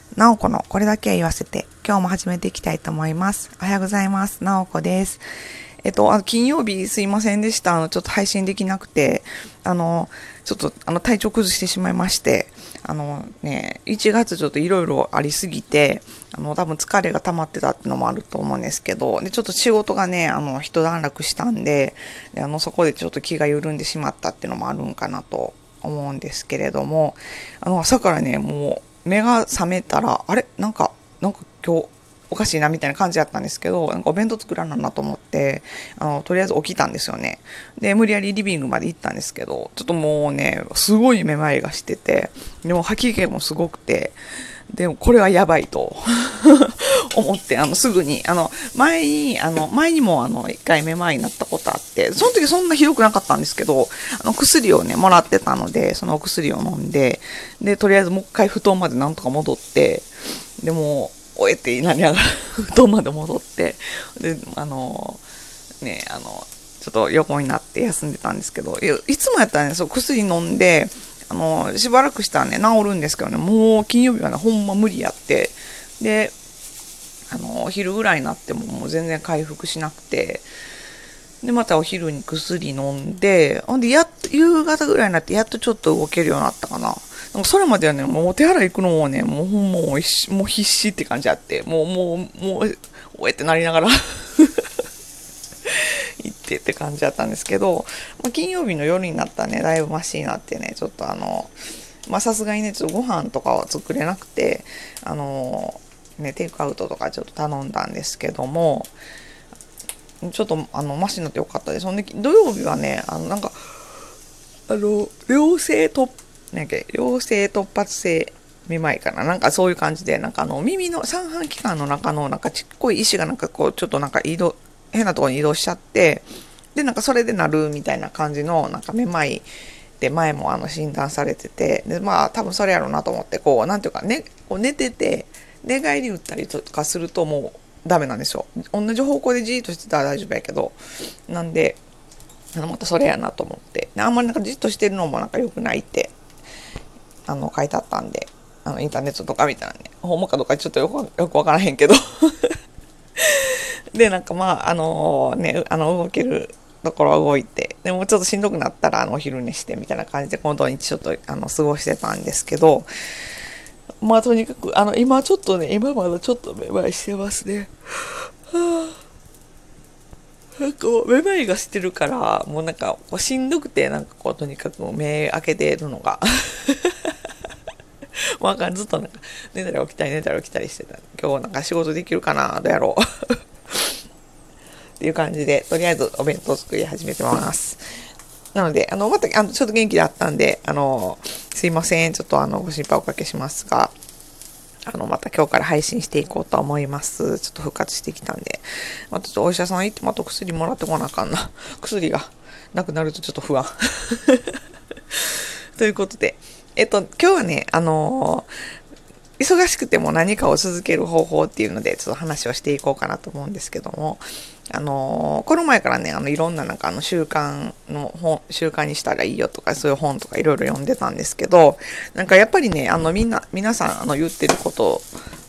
なおこのこれだけは言わせて、今日も始めていきたいと思います。おはようございます。なおこです。金曜日すいませんでした。ちょっと配信できなくて、ちょっと体調崩してしまいまして、1月ちょっといろいろありすぎて、多分疲れが溜まってたってのもあると思うんですけど、で、ちょっと仕事がね、一段落したんで、そこでちょっと気が緩んでしまったっていうのもあるんかなと思うんですけれども、朝からね、もう目が覚めたら、あれなんか今日、おかしいなみたいな感じだったんですけど、なんかお弁当作らななと思って、とりあえず起きたんですよね。で、無理やりリビングまで行ったんですけど、ちょっともうね、すごいめまいがしてて、でも吐き気もすごくて、でもこれはやばいと思って、すぐに、前にも一回めまいになったことあって、その時そんなひどくなかったんですけど、薬をね、もらってたので、そのお薬を飲んで、で、とりあえずもう一回布団までなんとか戻って、でも、おえってなりながら布団まで戻って、で、ね、ちょっと横になって休んでたんですけど、いつもやったらね、そう薬飲んで、しばらくしたらね、治るんですけどね、もう金曜日はね、ほんま無理やって、で、お昼ぐらいになってももう全然回復しなくて、で、またお昼に薬飲んで、ほんで、夕方ぐらいになってやっとちょっと動けるようになったかな。なんかそれまではね、もうお手洗い行くのもね、もう必死って感じあって、おえってなりながら行ってって感じだったんですけど、金曜日の夜になったらね、だいぶマシになってね、ちょっとさすがにね、ちょっとご飯とかは作れなくて、テイクアウトとかちょっと頼んだんですけども、ちょっとマシになってよかったです。そんで土曜日はね、良性突発性めまいかな、なんかそういう感じで、なんか耳の三半規管の中のなんかちっこい石がなんかこうちょっとなんか変なところに移動しちゃって、でなんかそれでなるみたいな感じのなんかめまいで、前も診断されてて、でまあ多分それやろうなと思って、こうなんていうかね、こう寝てて寝返り打ったりとかするともうダメなんですよ。同じ方向でじーっとしてたら大丈夫やけど、なんでまたそれやなと思って、あんまりなんかじっとしてるのもなんか良くないって書いてあったんで、インターネットとか見たらね、ほんまかどうかちょっとよくわからへんけどでなんか動けるところは動いて、でもちょっとしんどくなったらお昼寝してみたいな感じで、この土日ちょっと過ごしてたんですけど、まあとにかく今ちょっとね、今まだちょっとめまいしてますね。なんかめまいがしてるから、もうなんかこうしんどくて、なんかこうとにかく目開けてるのがわかん、ずっとなんか寝たり起きたりしてた。今日なんか仕事できるかな、どうやろうっていう感じで、とりあえずお弁当作り始めてます。なので、また、ちょっと元気だったんで、すいません。ちょっとご心配おかけしますが、また今日から配信していこうと思います。ちょっと復活してきたんで。またちょっとお医者さん行って、また薬もらってこなあかんな。薬がなくなるとちょっと不安。ということで、今日はね、忙しくても何かを続ける方法っていうので、ちょっと話をしていこうかなと思うんですけども、この前からね、いろんななんか習慣にしたらいいよとか、そういう本とかいろいろ読んでたんですけど、なんかやっぱりね、皆さん、言ってること、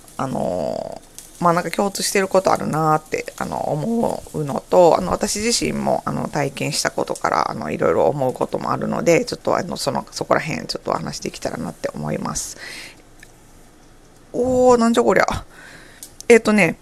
なんか共通してることあるなーって、思うのと、私自身も、体験したことから、いろいろ思うこともあるので、ちょっと、そこら辺、ちょっとお話できたらなって思います。なんじゃこりゃ。えっ、とね、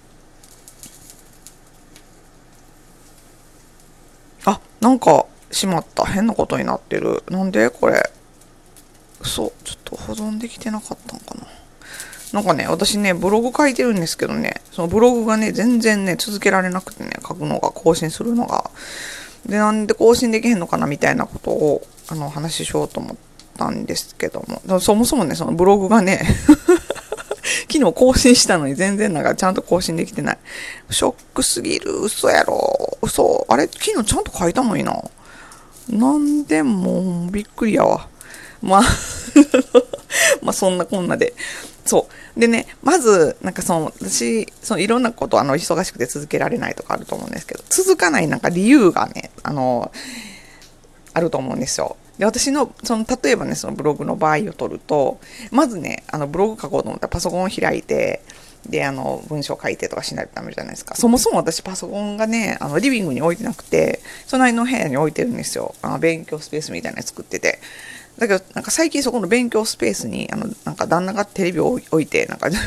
なんか、しまった。変なことになってる。なんでこれ。ちょっと保存できてなかったんかな。なんかね、私ね、ブログ書いてるんですけどね、そのブログがね、全然ね、続けられなくてね、書くのが、更新するのが。で、なんで更新できへんのかなみたいなことを、話しようと思ったんですけども。そもそもね、そのブログがね、昨日更新したのに全然なんかちゃんと更新できてない。ショックすぎる。嘘やろ。嘘。あれ昨日ちゃんと書いたのにな。なんでもうびっくりやわ。まあまあそんなこんなで。そう。でね、まず、なんか私、いろんなこと忙しくて続けられないとかあると思うんですけど、続かないなんか理由がね、あると思うんですよ。 で、私の、例えばね、そのブログの場合を取ると、まずね、ブログ書こうと思ったらパソコンを開いて、で、文章書いてとかしないとダメじゃないですか。そもそも私パソコンがね、リビングに置いてなくて、隣の部屋に置いてるんですよ。勉強スペースみたいなの作ってて。だけど、なんか最近そこの勉強スペースに、なんか旦那がテレビを置いて、なんか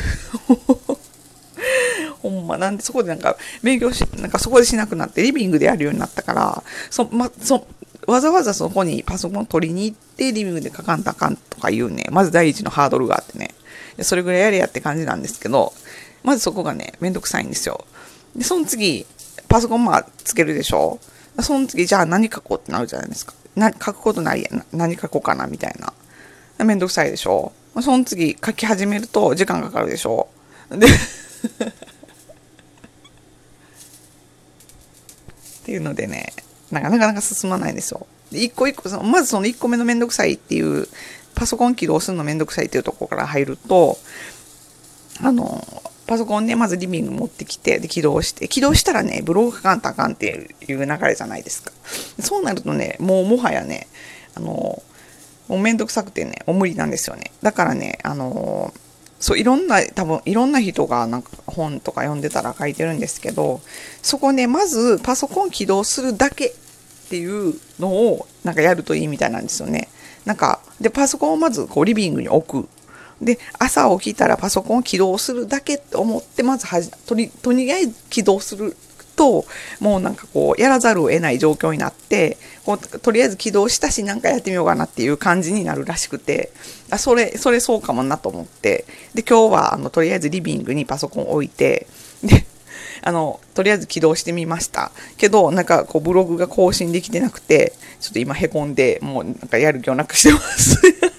ほんま、なんでそこでなんか勉強し、なんかそこでしなくなってリビングでやるようになったから、わざわざそこにパソコン取りに行ってリビングで書かんとあかんとかいうね、まず第一のハードルがあってね。それぐらいやれやって感じなんですけど、まずそこがね、めんどくさいんですよ。で、その次、パソコンつけるでしょ。その次、じゃあ何書こうってなるじゃないですか。書くことないやん。何書こうかなみたいな。めんどくさいでしょ。その次、書き始めると時間かかるでしょ。でっていうのでね、なかなか進まないんですよ。で一個一個、まずその1個目のめんどくさいっていう、パソコン起動するのめんどくさいっていうところから入ると、パソコンね、まずリビング持ってきて、で、起動したらね、ブログ書かんとあかんっていう流れじゃないですか。そうなるとね、もはやね、もうめんどくさくてね、もう無理なんですよね。だからね、そう、多分いろんな人がなんか本とか読んでたら書いてるんですけど、そこね、まずパソコン起動するだけっていうのをなんかやるといいみたいなんですよね。なんか、で、パソコンをまずこうリビングに置く。で、朝起きたらパソコンを起動するだけって思って、まずとりあえず起動すると、もうなんかこう、やらざるを得ない状況になって、とりあえず起動したし、なんかやってみようかなっていう感じになるらしくて、それそうかもなと思って、で、今日は、とりあえずリビングにパソコンを置いて、で、とりあえず起動してみました。けど、なんかこう、ブログが更新できてなくて、ちょっと今へこんで、もうなんかやる気をなくしてます。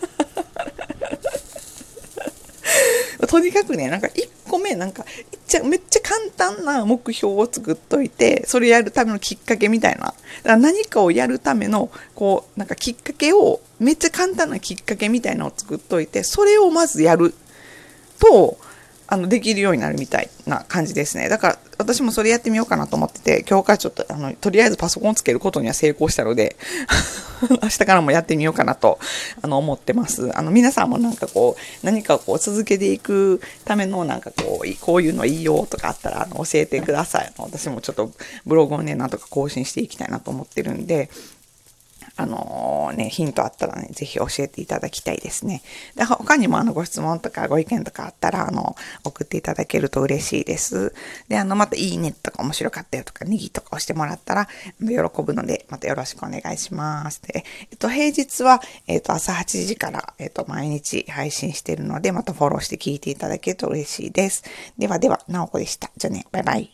とにかくね、なんか1個目、なんかめっちゃ簡単な目標を作っといて、それやるためのきっかけみたいな。だから何かをやるための、こう、なんかきっかけを、めっちゃ簡単なきっかけみたいなのを作っといて、それをまずやると、できるようになるみたいな感じですね。だから、私もそれやってみようかなと思ってて、今日からちょっと、とりあえずパソコンをつけることには成功したので、明日からもやってみようかなと、思ってます。皆さんもなんかこう、何かこう、続けていくためのなんかこういうのいいよとかあったら、教えてください。私もちょっとブログをね、なんとか更新していきたいなと思ってるんで、ヒントあったらね、ぜひ教えていただきたいですね。で、他にもご質問とかご意見とかあったら、送っていただけると嬉しいです。で、またいいねとか面白かったよとか、ネギとか押してもらったら、喜ぶので、またよろしくお願いします。で、平日は、朝8時から、毎日配信しているので、またフォローして聞いていただけると嬉しいです。では、なおこでした。じゃあね、バイバイ。